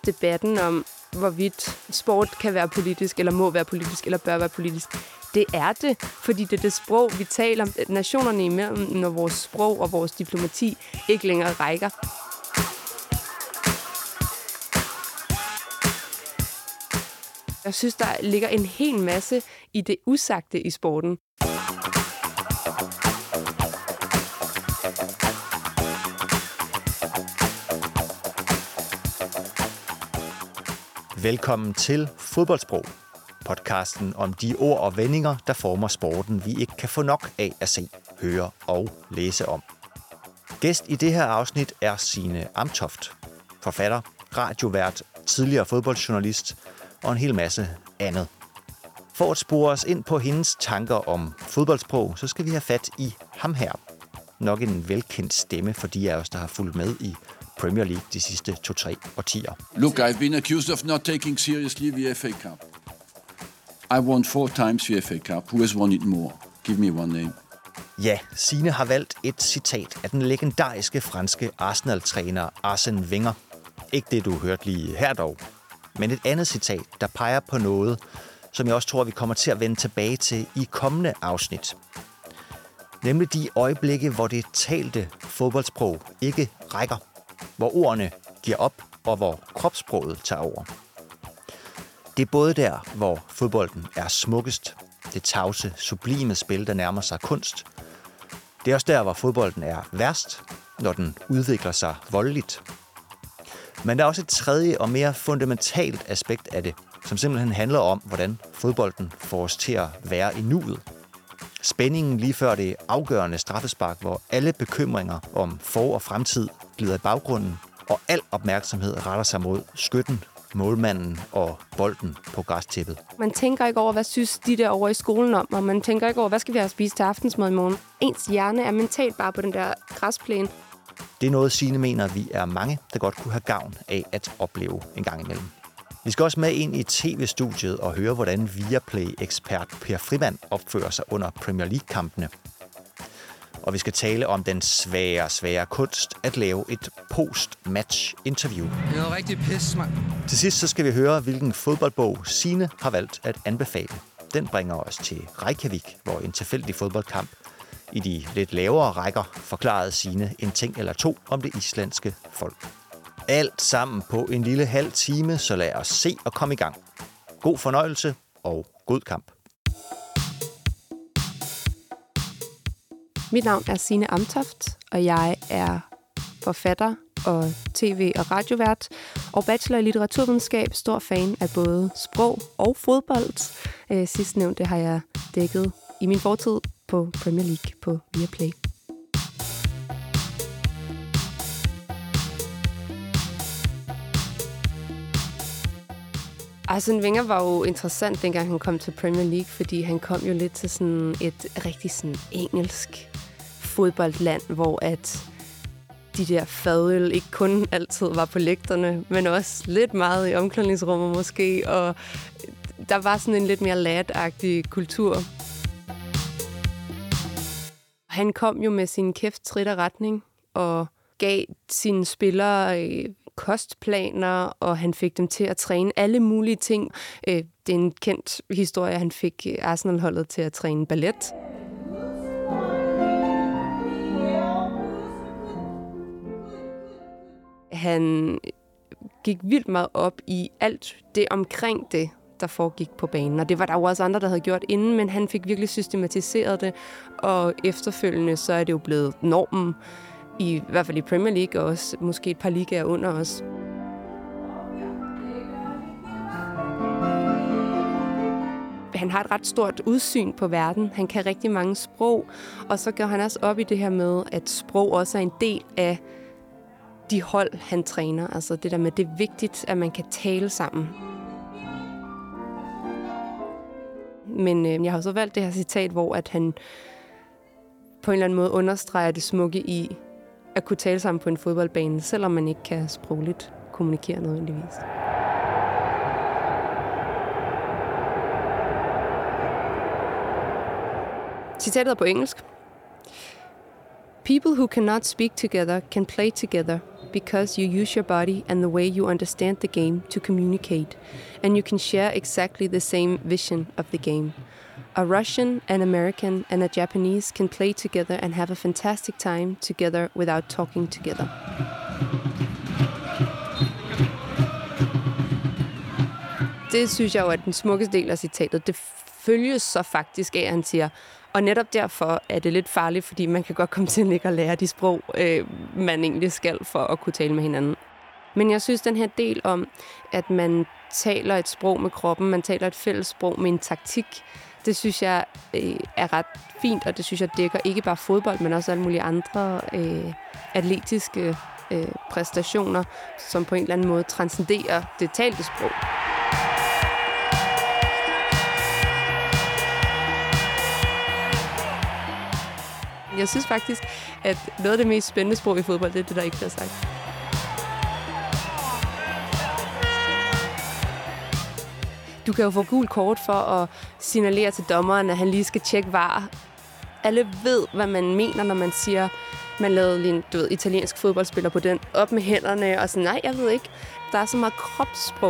debatten om, hvorvidt sport kan være politisk, eller må være politisk, eller bør være politisk. Det er det, fordi det er det sprog, vi taler om nationerne imellem, når vores sprog og vores diplomati ikke længere rækker. Jeg synes, der ligger en hel masse i det usagte i sporten. Velkommen til Fodboldsprog, podcasten om de ord og vendinger, der former sporten, vi ikke kan få nok af at se, høre og læse om. Gæst i det her afsnit er Signe Amtoft, forfatter, radiovært, tidligere fodboldjournalist og en hel masse andet. For at spore os ind på hendes tanker om fodboldsprog, så skal vi have fat i ham her. Nok en velkendt stemme for de af os, der har fulgt med i Premier League de sidste 2-3 årtier. Look, I've been accused of not taking seriously the FA Cup. I won 4 times the FA Cup. Who has won it more? Give me one name. Ja, Signe har valgt et citat af den legendariske franske Arsenal-træner Arsène Wenger. Ikke det, du hørte lige her dog, men et andet citat, der peger på noget, som jeg også tror, vi kommer til at vende tilbage til i kommende afsnit. Nemlig de øjeblikke, hvor det talte fodboldsprog ikke rækker. Hvor ordene giver op, og hvor kropssproget tager over. Det er både der, hvor fodbolden er smukkest. Det tavse, sublime spil, der nærmer sig kunst. Det er også der, hvor fodbolden er værst, når den udvikler sig voldeligt. Men der er også et tredje og mere fundamentalt aspekt af det, som simpelthen handler om, hvordan fodbolden får os til at være i nuet. Spændingen lige før det afgørende straffespark, hvor alle bekymringer om for- og fremtid glider i baggrunden, og al opmærksomhed retter sig mod skytten, målmanden og bolden på græstæppet. Man tænker ikke over, hvad synes de der over i skolen om, og man tænker ikke over, hvad skal vi have spist til aftensmad i morgen. Ens hjerne er mentalt bare på den der græsplæne. Det er noget, Signe mener, vi er mange, der godt kunne have gavn af at opleve en gang imellem. Vi skal også med ind i tv-studiet og høre, hvordan Viaplay-ekspert Per Frimann opfører sig under Premier League-kampene. Og vi skal tale om den svære kunst at lave et post-match-interview. Det er noget rigtig pis, mand. Til sidst så skal vi høre, hvilken fodboldbog Signe har valgt at anbefale. Den bringer os til Reykjavik, hvor en tilfældig fodboldkamp i de lidt lavere rækker forklarede Signe en ting eller to om det islandske folk. Alt sammen på en lille halv time, så lad os se og komme i gang. God fornøjelse og god kamp. Mit navn er Signe Amtoft, og jeg er forfatter og tv- og radiovært og bachelor i litteraturvidenskab. Stor fan af både sprog og fodbold. Sidstnævnte har jeg dækket i min fortid på Premier League på Viaplay. Arsène Wenger var jo interessant, dengang han kom til Premier League, fordi han kom jo lidt til sådan et rigtig sådan engelsk fodboldland, hvor at de der fadøl ikke kun altid var på lægterne, men også lidt meget i omklædningsrummet måske, og der var sådan en lidt mere lad-agtig kultur. Han kom jo med sin kæft, trit og retning, og gav sine spillere kostplaner, og han fik dem til at træne alle mulige ting. Det er en kendt historie, han fik Arsenal-holdet til at træne ballet. Han gik vildt meget op i alt det omkring det, der foregik på banen. Og det var der jo også andre, der havde gjort inden, men han fik virkelig systematiseret det, og efterfølgende så er det jo blevet normen, i hvert fald i Premier League, og også måske et par ligaer under os. Han har et ret stort udsyn på verden. Han kan rigtig mange sprog, og så går han også op i det her med, at sprog også er en del af de hold, han træner. Altså det der med, det er vigtigt, at man kan tale sammen. Men jeg har så valgt det her citat, hvor at han på en eller anden måde understreger det smukke i at kunne tale sammen på en fodboldbane, selvom man ikke kan sprogligt kommunikere nødvendigvis. Citatet er på engelsk. People who cannot speak together can play together because you use your body and the way you understand the game to communicate, and you can share exactly the same vision of the game. A Russian, an American, and a Japanese can play together and have a fantastic time together without talking together. Det synes jeg jo er den smukkeste del af citatet. Det følges så faktisk af, at han siger, og netop derfor er det lidt farligt, fordi man kan godt komme til at ligge og lære de sprog, man egentlig skal for at kunne tale med hinanden. Men jeg synes, den her del om, at man taler et sprog med kroppen, man taler et fælles sprog med en taktik, det synes jeg er ret fint, og det synes jeg dækker ikke bare fodbold, men også alle mulige andre atletiske præstationer, som på en eller anden måde transcenderer det talte sprog. Jeg synes faktisk, at noget af det mest spændende sprog i fodbold, det er det, der ikke bliver sagt. Du kan jo få gult kort for at signalere til dommeren, at han lige skal tjekke VAR. Alle ved, hvad man mener, når man siger, man lavede en italiensk fodboldspiller på den, op med hænderne, og sådan, nej, jeg ved ikke. Der er så meget kropssprog.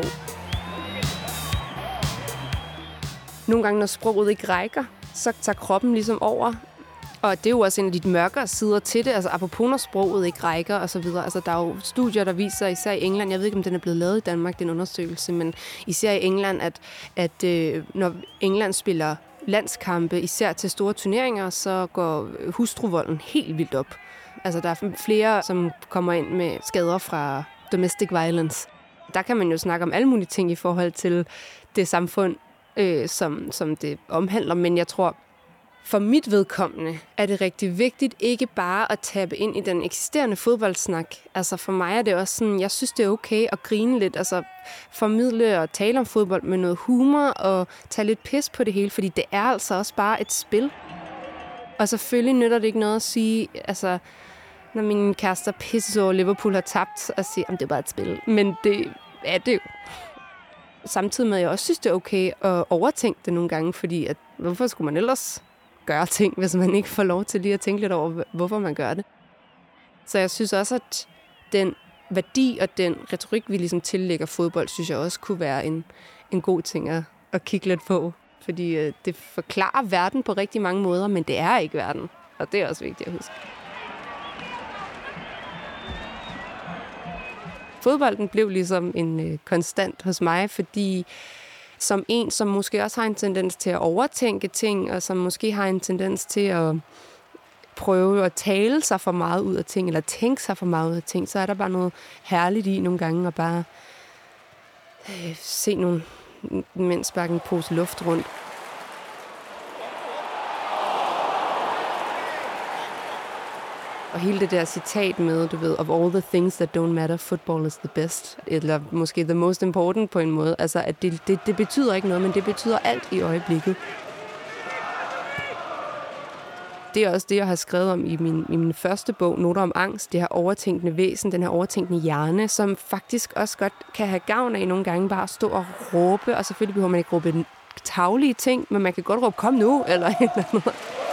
Nogle gange, når sproget ikke rækker, så tager kroppen ligesom over. Og det er jo også en af de mørkere sider til det, altså apropos når sproget ikke rækker og så videre. Altså der er jo studier, der viser, især i England, jeg ved ikke, om den er blevet lavet i Danmark, den undersøgelse, men især i England, at når England spiller landskampe, især til store turneringer, så går hustruvolden helt vildt op. Altså der er flere, som kommer ind med skader fra domestic violence. Der kan man jo snakke om alle mulige ting i forhold til det samfund, som det omhandler, men jeg tror, for mit vedkommende er det rigtig vigtigt ikke bare at tabe ind i den eksisterende fodboldsnak. Altså for mig er det også sådan, jeg synes det er okay at grine lidt, altså formidle og tale om fodbold med noget humor og tage lidt pis på det hele, fordi det er altså også bare et spil. Og selvfølgelig nytter det ikke noget at sige, altså når min kæreste pisser over Liverpool har tabt, og sige, det er bare et spil. Men det er det jo. Samtidig med, at jeg også synes, det er okay at overtænke det nogle gange, fordi at, hvorfor skulle man ellers gøre ting, hvis man ikke får lov til lige at tænke lidt over, hvorfor man gør det. Så jeg synes også, at den værdi og den retorik, vi ligesom tillægger fodbold, synes jeg også kunne være en god ting at kigge lidt på. Fordi det forklarer verden på rigtig mange måder, men det er ikke verden. Og det er også vigtigt at huske. Fodbolden blev ligesom en konstant hos mig, fordi som en, som måske også har en tendens til at overtænke ting, og som måske har en tendens til at prøve at tale sig for meget ud af ting, eller tænke sig for meget ud af ting, så er der bare noget herligt i nogle gange at bare se nogle mænd sparke en pose luft rundt. Og hele det der citat med, du ved, of all the things that don't matter, football is the best. Eller måske the most important på en måde. Altså, at det betyder ikke noget, men det betyder alt i øjeblikket. Det er også det, jeg har skrevet om i min første bog, Noter om angst. Det her overtænkende væsen, den her overtænkende hjerne, som faktisk også godt kan have gavn af nogle gange bare at stå og råbe. Og selvfølgelig behøver man ikke råbe taglige ting, men man kan godt råbe, kom nu, eller et eller andet.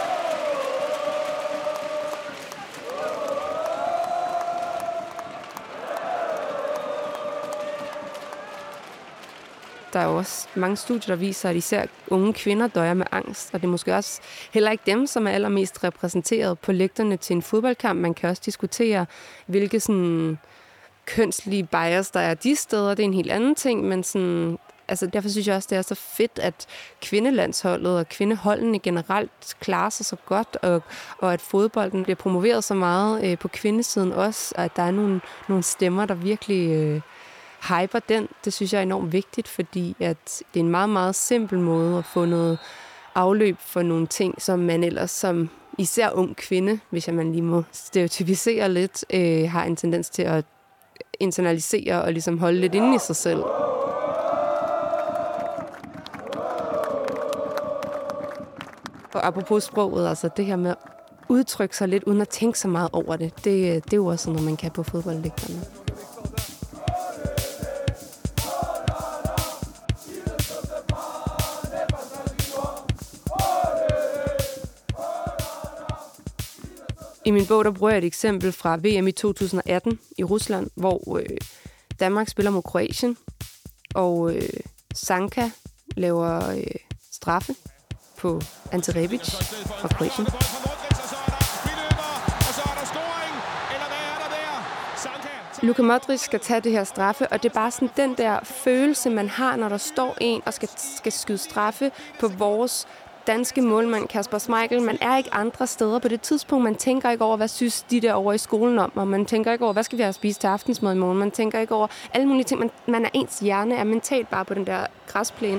Der er jo også mange studier, der viser, at især unge kvinder døjer med angst, og det er måske også heller ikke dem, som er allermest repræsenteret på lægterne til en fodboldkamp. Man kan også diskutere, hvilke sådan kønslige bias der er de steder. Det er en helt anden ting, men sådan, altså derfor synes jeg også, det er så fedt, at kvindelandsholdet og kvindeholdene generelt klarer sig så godt, og at fodbolden bliver promoveret så meget på kvindesiden også, og at der er nogle stemmer, der virkelig hyper den. Det synes jeg er enormt vigtigt, fordi at det er en meget, meget simpel måde at få noget afløb for nogle ting, som man ellers som især ung kvinde, hvis man lige må stereotypisere lidt, har en tendens til at internalisere og ligesom holde lidt inde i sig selv. Og apropos sproget, altså det her med at udtrykke sig lidt uden at tænke så meget over det, det er jo også noget, man kan på fodboldlægterne. I min bog, der bruger jeg et eksempel fra VM i 2018 i Rusland, hvor Danmark spiller mod Kroatien, og Sanka laver straffe på Ante Rebic fra Kroatien. Luka Modric skal tage det her straffe, og det er bare sådan den der følelse, man har, når der står en og skal skyde straffe på vores danske målmand Kasper Schmeichel. Man er ikke andre steder på det tidspunkt. Man tænker ikke over, hvad synes de der over i skolen om, og man tænker ikke over, hvad skal vi have at spise til aftensmad i morgen. Man tænker ikke over alle mulige ting. Man er ens hjerne er mentalt bare på den der græsplæne.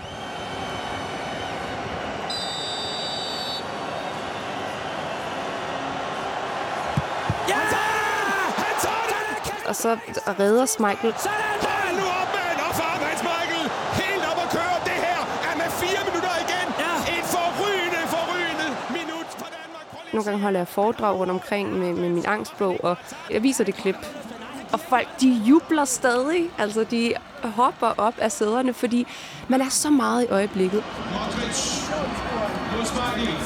Og så redder Schmeichel. Nu op med en opfarmand, Schmeichel. Helt op at køre. Det her er med 4 minutter igen. Ja. Et forrygende minut for Danmark. Nogle gange holder jeg foredrag rundt omkring med min angstbog, og jeg viser det klip. Og folk, de jubler stadig. Altså, de hopper op af sæderne, fordi man er så meget i øjeblikket. Modric. Nu Schmeichel.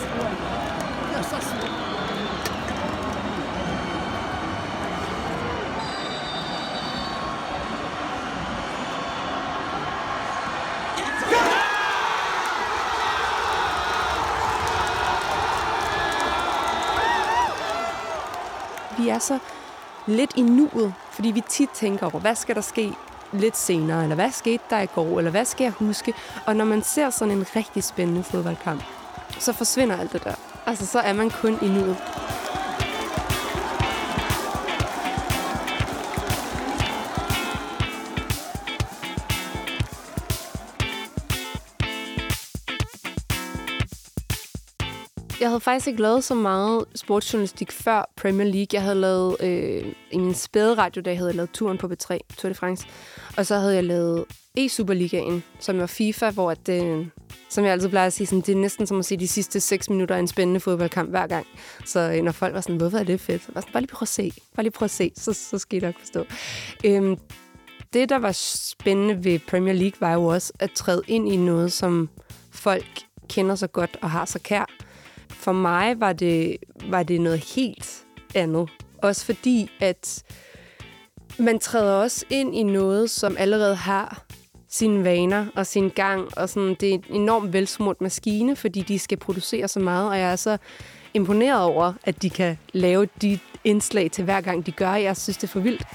Vi er så lidt i nuet, fordi vi tit tænker over, hvad skal der ske lidt senere, eller hvad skete der i går, eller hvad skal jeg huske? Og når man ser sådan en rigtig spændende fodboldkamp, så forsvinder alt det der. Altså, så er man kun i nuet. Jeg havde faktisk ikke lavet så meget sportsjournalistik før Premier League. Jeg havde lavet, i min spæderadio, havde jeg lavet turen på B3, Tour de France. Og så havde jeg lavet E-Superligaen, som var FIFA, hvor det, som jeg altid plejer at sige, sådan, det er næsten som at se de sidste 6 minutter af en spændende fodboldkamp hver gang. Så når folk var sådan, hvorfor er det fedt? Så var sådan, bare lige prøv at se, så skal I nok forstå. Det, der var spændende ved Premier League, var jo også at træde ind i noget, som folk kender så godt og har så kær. For mig var det noget helt andet. Også fordi, at man træder også ind i noget, som allerede har sine vaner og sin gang. Og sådan, det er en enormt velsmurt maskine, fordi de skal producere så meget. Og jeg er så imponeret over, at de kan lave de indslag til hver gang, de gør. Jeg synes, det er for vildt.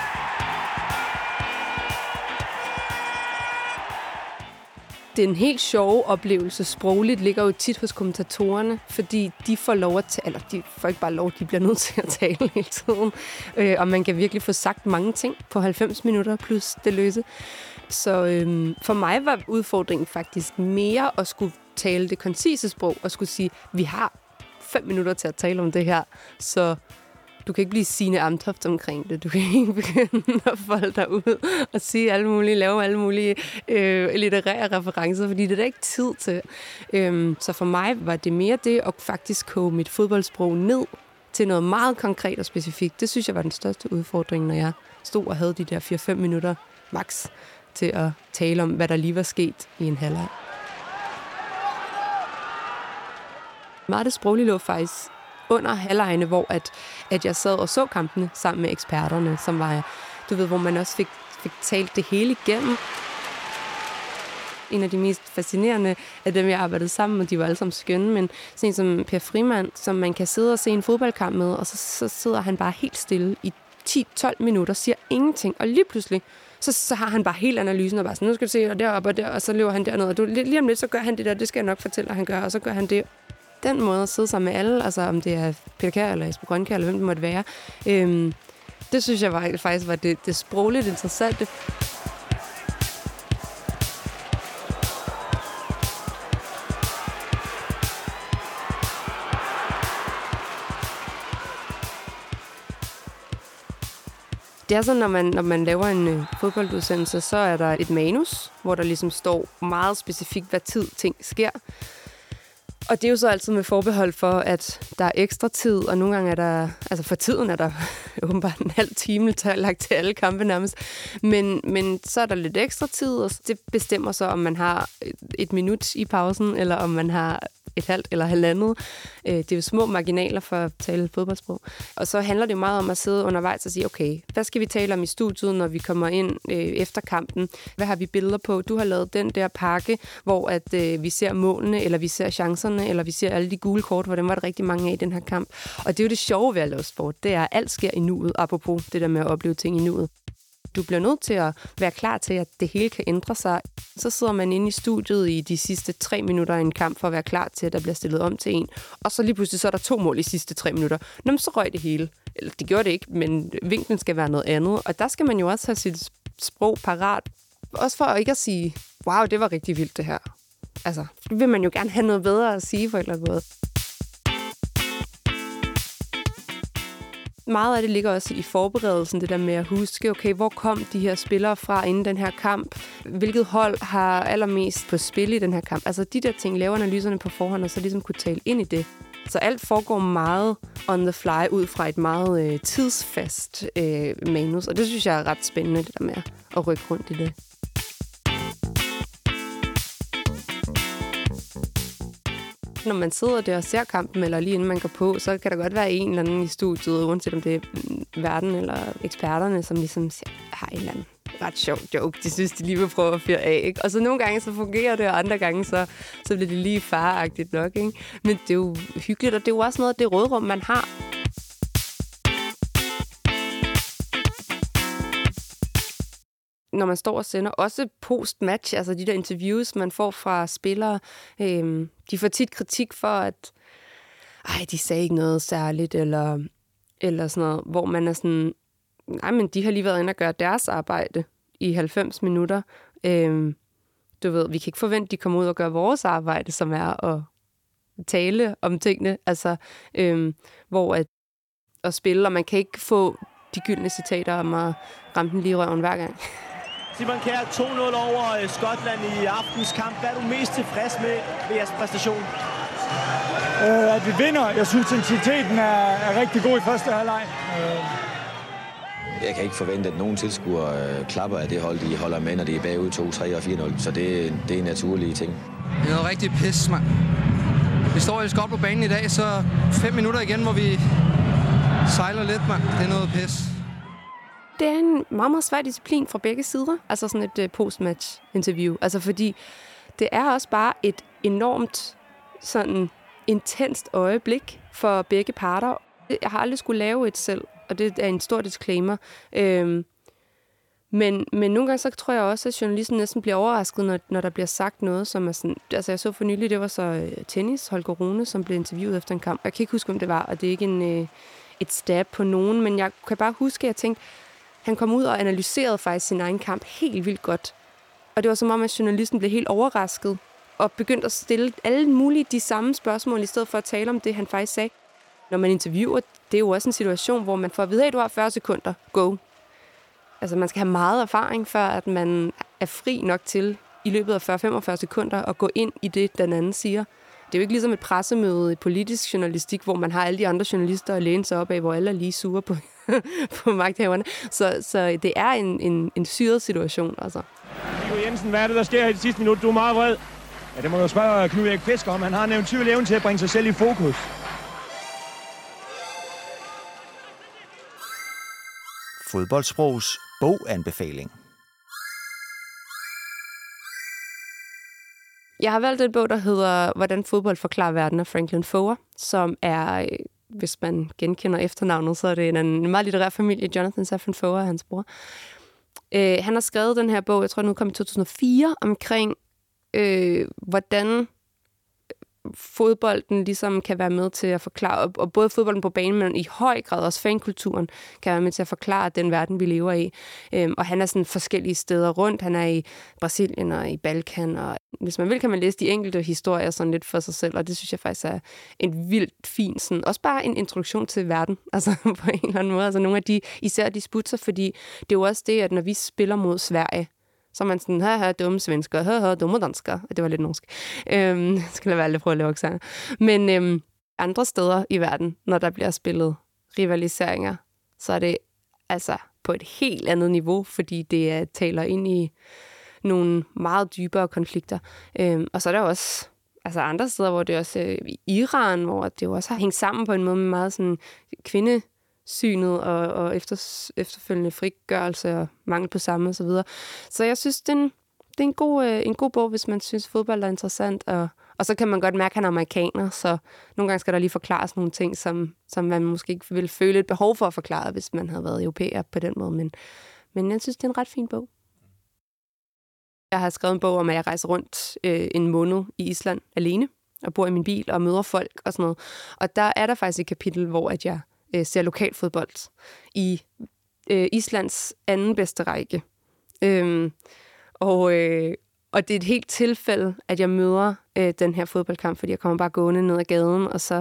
Det er en helt sjov oplevelse. Sprogligt ligger jo tit hos kommentatorerne, fordi de får lov at tale, eller de får ikke bare lov, de bliver nødt til at tale hele tiden. Og man kan virkelig få sagt mange ting på 90 minutter plus det løse. Så for mig var udfordringen faktisk mere at skulle tale det koncise sprog, og skulle sige, vi har 5 minutter til at tale om det her, så du kan ikke blive Signe Amtoft omkring det. Du kan ikke begynde at folde dig ud og sige alle mulige, lave alle mulige litterære referencer, fordi det er der ikke tid til. Så for mig var det mere det at faktisk koge mit fodboldsprog ned til noget meget konkret og specifikt. Det synes jeg var den største udfordring, når jeg stod og havde de der 4-5 minutter max til at tale om, hvad der lige var sket i en halvleg. Meget det sproglige lå faktisk under halvlegene, hvor at jeg sad og så kampene sammen med eksperterne, som var, du ved, hvor man også fik talt det hele igennem. En af de mest fascinerende af dem, jeg arbejdede sammen med, de var alle sammen skønne, men sådan en som Per Frimann, som man kan sidde og se en fodboldkamp med, og så sidder han bare helt stille i 10-12 minutter, siger ingenting, og lige pludselig, så har han bare helt analysen, og bare sådan, nu skal du se, og deroppe og der, og så løber han derned, og lige om lidt, så gør han det der, det skal jeg nok fortælle, at han gør, og så gør han det. Den måde at sidde sammen med alle, altså om det er Peter Kjær eller Jesper Grønkjær, eller hvem det måtte være, det synes jeg faktisk var det sprogligt interessante. Det er sådan, når man laver en fodboldudsendelse, så er der et manus, hvor der ligesom står meget specifikt, hvad tid ting sker. Og det er jo så altid med forbehold for, at der er ekstra tid, og nogle gange er der, altså for tiden er der åbenbart en halv time lagt til alle kampe nærmest. Men så er der lidt ekstra tid, og det bestemmer så, om man har et minut i pausen, eller om man har et halvt eller halvandet. Det er jo små marginaler for at tale fodboldsprog. Og så handler det jo meget om at sidde undervejs og sige, okay, hvad skal vi tale om i studiet, når vi kommer ind efter kampen? Hvad har vi billeder på? Du har lavet den der pakke, hvor at vi ser målene, eller vi ser chancerne, eller vi ser alle de gule kort, hvor dem var der rigtig mange af i den her kamp. Og det er jo det sjove ved at lave sport. Det er, at alt sker i nuet, apropos det der med at opleve ting i nuet. Du bliver nødt til at være klar til, at det hele kan ændre sig. Så sidder man inde i studiet i de sidste 3 minutter i en kamp, for at være klar til, at der bliver stillet om til en. Og så lige pludselig, så er der 2 mål i sidste 3 minutter. Nå, så røg det hele. Eller det gjorde det ikke, men vinklen skal være noget andet. Og der skal man jo også have sit sprog parat. Også for ikke at sige, wow, det var rigtig vildt det her. Altså, det vil man jo gerne have noget bedre at sige på en eller anden måde. Meget af det ligger også i forberedelsen, det der med at huske, okay, hvor kom de her spillere fra inden den her kamp? Hvilket hold har allermest på spil i den her kamp? Altså de der ting, laver analyserne på forhånd, og så ligesom kunne tale ind i det. Så alt foregår meget on the fly, ud fra et meget tidsfast manus, og det synes jeg er ret spændende, det der med at rykke rundt i det. Når man sidder der og ser kampen, eller lige inden man går på, så kan der godt være en eller anden i studiet, uanset om det er verden eller eksperterne, som ligesom har en eller anden ret sjov joke. De synes, de lige vil prøve at fyre af, ikke? Og så nogle gange så fungerer det, og andre gange så bliver det lige faragtigt nok, ikke? Men det er jo hyggeligt, og det er jo også noget af det rådrum, man har. Når man står og sender, også post-match, altså de der interviews, man får fra spillere, de får tit kritik for, at de sagde ikke noget særligt, eller sådan noget, hvor man er sådan, nej, men de har lige været inde og gøre deres arbejde i 90 minutter. Du ved, vi kan ikke forvente, at de kommer ud og gør vores arbejde, som er at tale om tingene, altså hvor at spille, og man kan ikke få de gyldne citater om at ramme den lige i røven hver gang. Simon Kjær, 2-0 over Skotland i aftens kamp. Hvad er du mest tilfreds med ved jeres præstation? At vi vinder. Jeg synes, intensiteten er rigtig god i første halvleg. Jeg kan ikke forvente, at nogen tilskuere klapper af det hold, de holder med, når de er bagud 2, 3 og 4-0. Så det er en naturlig ting. Det er noget rigtig pis, mand. Vi står i skot på banen i dag, så 5 minutter igen, hvor vi sejler lidt, mand. Det er noget pis. Det er en meget, meget svær disciplin fra begge sider. Altså sådan et post-match-interview. Altså fordi det er også bare et enormt sådan intenst øjeblik for begge parter. Jeg har aldrig skulle lave et selv, og det er en stor disclaimer. Men nogle gange så tror jeg også, at journalisten næsten bliver overrasket, når der bliver sagt noget, som er sådan... Altså jeg så for nylig, det var så tennis, Holger Rune, som blev interviewet efter en kamp. Jeg kan ikke huske, om det var, og det er ikke et stab på nogen, men jeg kan bare huske, at jeg tænkte, han kom ud og analyserede faktisk sin egen kamp helt vildt godt. Og det var som om, at journalisten blev helt overrasket og begyndte at stille alle mulige de samme spørgsmål, i stedet for at tale om det, han faktisk sagde. Når man interviewer, det er jo også en situation, hvor man får at vide, at du har 40 sekunder, go. Altså man skal have meget erfaring, før at man er fri nok til i løbet af 40-45 sekunder at gå ind i det, den anden siger. Det er jo ikke ligesom et pressemøde i politisk journalistik, hvor man har alle de andre journalister at læne sig op af, hvor alle er lige sure på, på magthaverne. Så det er en syret situation, altså. Viggo Jensen, hvad er det, der sker i det sidste minut? Du er meget vred. Ja, det må du spørge Knud Erik Fisker om. Han har en eventyrlig evne til at bringe sig selv i fokus. Fodboldsprogs boganbefaling. Jeg har valgt en bog, der hedder Hvordan fodbold forklarer verden af Franklin Foer, som er, hvis man genkender efternavnet, så er det en meget litterær familie, Jonathan Safran Foer og hans bror. Han har skrevet den her bog, jeg tror, den udkom i 2004, omkring hvordan fodbolden ligesom kan være med til at forklare, og både fodbolden på banen, men i høj grad også fankulturen, kan være med til at forklare den verden, vi lever i. Og han er sådan forskellige steder rundt. Han er i Brasilien og i Balkan, og hvis man vil, kan man læse de enkelte historier sådan lidt for sig selv, og det synes jeg faktisk er en vildt fin, sådan, også bare en introduktion til verden, altså på en eller anden måde. Altså nogle af de, især disputser, fordi det er jo også det, at når vi spiller mod Sverige, så er man sådan, haha, dumme svensker, haha, dumme dansker. Det var lidt norsk. Skal jeg aldrig prøve at lave aksanger. Men andre steder i verden, når der bliver spillet rivaliseringer, så er det altså på et helt andet niveau, fordi det taler ind i nogle meget dybere konflikter. Og så er der også altså andre steder, hvor det også i Iran, hvor det jo også har hængt sammen på en måde med meget sådan kvindesynet og efterfølgende frigørelse og mangel på samme og så videre. Så jeg synes, det er en god bog, hvis man synes, fodbold er interessant. Og så kan man godt mærke, at han er amerikaner, så nogle gange skal der lige forklares nogle ting, som man måske ikke ville føle et behov for at forklare, hvis man havde været europæer på den måde. Men jeg synes, det er en ret fin bog. Jeg har skrevet en bog om, at jeg rejser rundt en måned i Island alene, og bor i min bil og møder folk og sådan noget. Og der er der faktisk et kapitel, hvor at jeg ser lokalfodbold i Islands anden bedste række. Og det er et helt tilfælde, at jeg møder den her fodboldkamp, fordi jeg kommer bare gående ned ad gaden, og så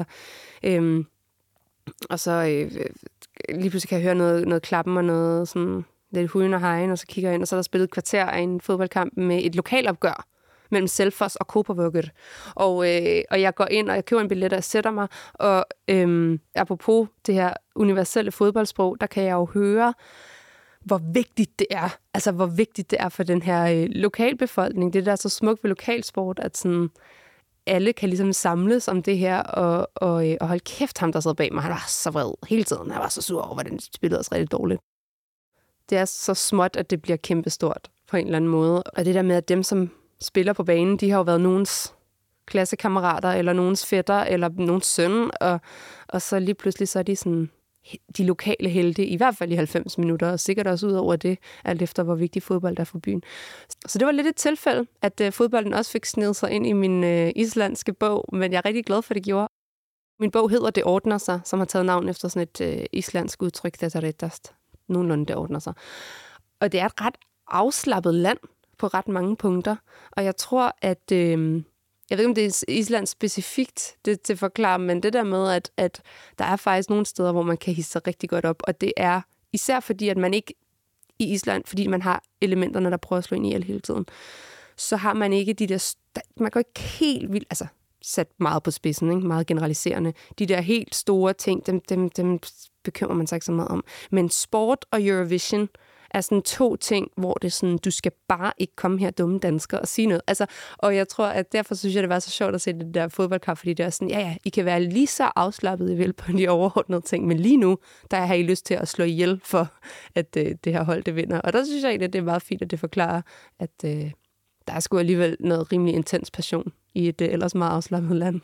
lige pludselig kan jeg høre noget klappen og noget sådan lidt huden og hejen, og så kigger jeg ind, og så er der spillet et kvarter af en fodboldkamp med et lokalopgør mellem Selfoss og Kópavogur. Og jeg går ind, og jeg køber en billet, og jeg sætter mig, og apropos det her universelle fodboldsprog, der kan jeg jo høre, hvor vigtigt det er. Altså, hvor vigtigt det er for den her lokalbefolkning. Det der er så smukt ved lokalsport, at sådan, alle kan ligesom samles om det her, og hold kæft ham, der sad bag mig. Han var så vred hele tiden. Han var så sur over, hvordan de spillede os rigtig dårligt. Det er så småt, at det bliver kæmpestort på en eller anden måde. Og det der med, at dem, som spiller på banen, de har jo været nogens klassekammerater, eller nogens fætter, eller nogens søn, og så lige pludselig, så er de sådan de lokale helte, i hvert fald i 90 minutter, og sikkert også ud over det, alt efter hvor vigtig fodbold er for byen. Så det var lidt et tilfælde, at fodbolden også fik snedet sig ind i min islandske bog, men jeg er rigtig glad for, at det gjorde. Min bog hedder Det ordner sig, som har taget navn efter sådan et islandsk udtryk, der rettast. Nogenlunde det ordner sig. Og det er et ret afslappet land på ret mange punkter, og jeg tror, at jeg ved ikke, om det er Island specifikt, det til at forklare, men det der med, at der er faktisk nogle steder, hvor man kan hisse sig rigtig godt op, og det er især fordi, at man ikke i Island, fordi man har elementerne, der prøver at slå ind i el hele tiden, så har man ikke de der, man går ikke helt vildt, altså sat meget på spidsen, ikke? Meget generaliserende. De der helt store ting, dem bekymrer man sig ikke så meget om. Men sport og Eurovision er sådan 2 ting, hvor det er sådan, du skal bare ikke komme her dumme danskere og sige noget. Altså, og jeg tror, at derfor synes jeg, det var så sjovt at se det der fodboldkamp, fordi det er sådan, ja, I kan være lige så afslappet i vel på de overordnede ting, men lige nu, der har I lyst til at slå ihjel for, at det her hold, det vinder. Og der synes jeg egentlig, at det er meget fint, at det forklarer, at der er sgu alligevel noget rimelig intens passion i et ellers meget afslappet land.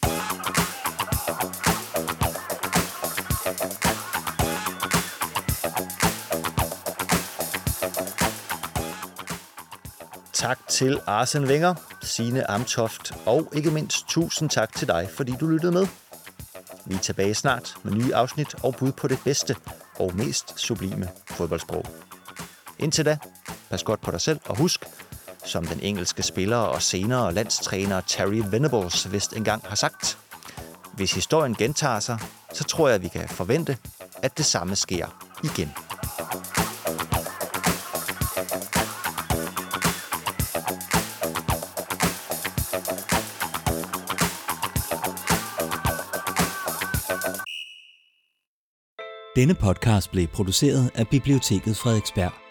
Tak til Arsene Wenger, Signe Amtoft og ikke mindst 1000 tak til dig, fordi du lyttede med. Vi er tilbage snart med nye afsnit og bud på det bedste og mest sublime fodboldsprog. Indtil da, pas godt på dig selv og husk, som den engelske spiller og senere landstræner Terry Venables vist engang har sagt, hvis historien gentager sig, så tror jeg, vi kan forvente, at det samme sker igen. Denne podcast blev produceret af Biblioteket Frederiksberg.